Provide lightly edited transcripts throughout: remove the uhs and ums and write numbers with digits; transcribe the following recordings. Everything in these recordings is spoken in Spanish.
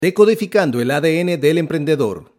Decodificando el ADN del emprendedor.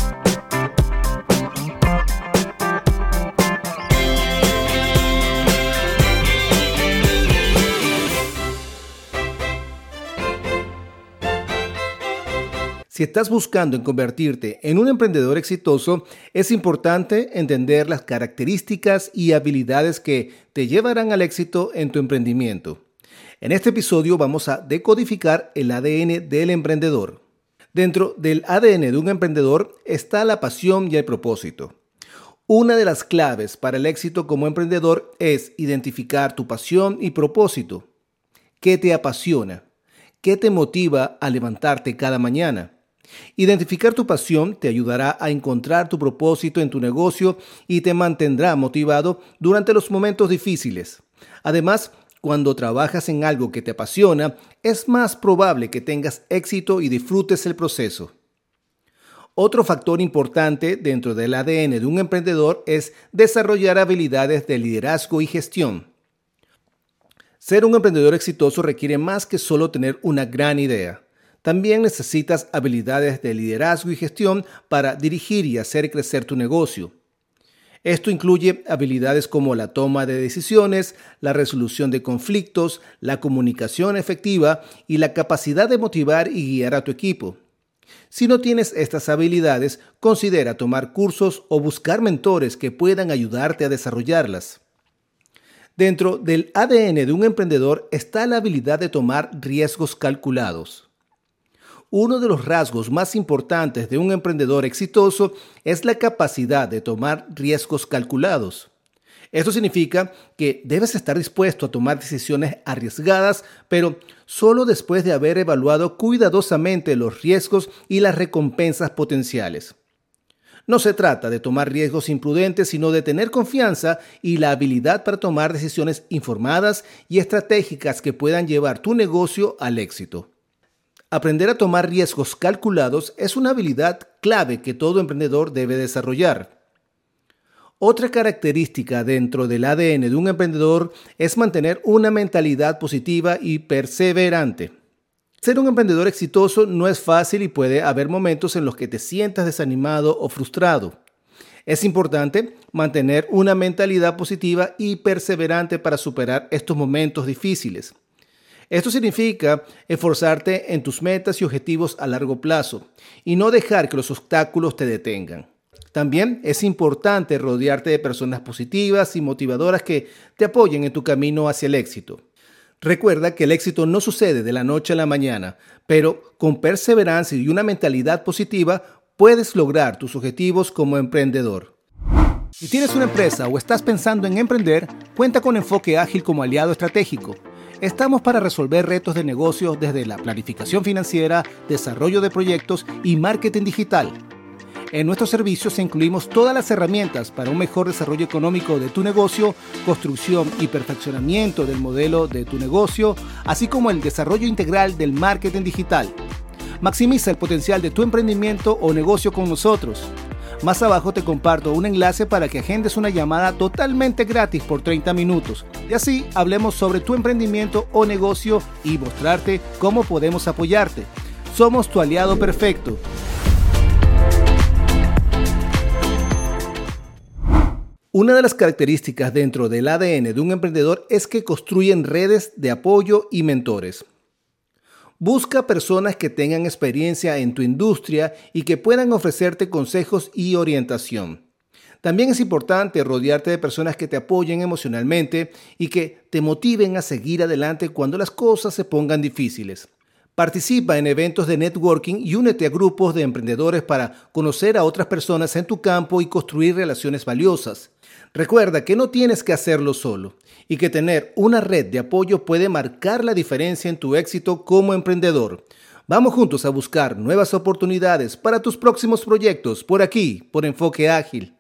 Si estás buscando en convertirte en un emprendedor exitoso, es importante entender las características y habilidades que te llevarán al éxito en tu emprendimiento. En este episodio vamos a decodificar el ADN del emprendedor. Dentro del ADN de un emprendedor está la pasión y el propósito. Una de las claves para el éxito como emprendedor es identificar tu pasión y propósito. ¿Qué te apasiona? ¿Qué te motiva a levantarte cada mañana? Identificar tu pasión te ayudará a encontrar tu propósito en tu negocio y te mantendrá motivado durante los momentos difíciles. Además, cuando trabajas en algo que te apasiona, es más probable que tengas éxito y disfrutes el proceso. Otro factor importante dentro del ADN de un emprendedor es desarrollar habilidades de liderazgo y gestión. Ser un emprendedor exitoso requiere más que solo tener una gran idea. También necesitas habilidades de liderazgo y gestión para dirigir y hacer crecer tu negocio. Esto incluye habilidades como la toma de decisiones, la resolución de conflictos, la comunicación efectiva y la capacidad de motivar y guiar a tu equipo. Si no tienes estas habilidades, considera tomar cursos o buscar mentores que puedan ayudarte a desarrollarlas. Dentro del ADN de un emprendedor está la habilidad de tomar riesgos calculados. Uno de los rasgos más importantes de un emprendedor exitoso es la capacidad de tomar riesgos calculados. Esto significa que debes estar dispuesto a tomar decisiones arriesgadas, pero solo después de haber evaluado cuidadosamente los riesgos y las recompensas potenciales. No se trata de tomar riesgos imprudentes, sino de tener confianza y la habilidad para tomar decisiones informadas y estratégicas que puedan llevar tu negocio al éxito. Aprender a tomar riesgos calculados es una habilidad clave que todo emprendedor debe desarrollar. Otra característica dentro del ADN de un emprendedor es mantener una mentalidad positiva y perseverante. Ser un emprendedor exitoso no es fácil y puede haber momentos en los que te sientas desanimado o frustrado. Es importante mantener una mentalidad positiva y perseverante para superar estos momentos difíciles. Esto significa esforzarte en tus metas y objetivos a largo plazo y no dejar que los obstáculos te detengan. También es importante rodearte de personas positivas y motivadoras que te apoyen en tu camino hacia el éxito. Recuerda que el éxito no sucede de la noche a la mañana, pero con perseverancia y una mentalidad positiva puedes lograr tus objetivos como emprendedor. Si tienes una empresa o estás pensando en emprender, cuenta con Enfoque Ágil como aliado estratégico. Estamos para resolver retos de negocio desde la planificación financiera, desarrollo de proyectos y marketing digital. En nuestros servicios incluimos todas las herramientas para un mejor desarrollo económico de tu negocio, construcción y perfeccionamiento del modelo de tu negocio, así como el desarrollo integral del marketing digital. Maximiza el potencial de tu emprendimiento o negocio con nosotros. Más abajo te comparto un enlace para que agendes una llamada totalmente gratis por 30 minutos y así hablemos sobre tu emprendimiento o negocio y mostrarte cómo podemos apoyarte. Somos tu aliado perfecto. Una de las características dentro del ADN de un emprendedor es que construyen redes de apoyo y mentores. Busca personas que tengan experiencia en tu industria y que puedan ofrecerte consejos y orientación. También es importante rodearte de personas que te apoyen emocionalmente y que te motiven a seguir adelante cuando las cosas se pongan difíciles. Participa en eventos de networking y únete a grupos de emprendedores para conocer a otras personas en tu campo y construir relaciones valiosas. Recuerda que no tienes que hacerlo solo y que tener una red de apoyo puede marcar la diferencia en tu éxito como emprendedor. Vamos juntos a buscar nuevas oportunidades para tus próximos proyectos por aquí, por Enfoque Ágil.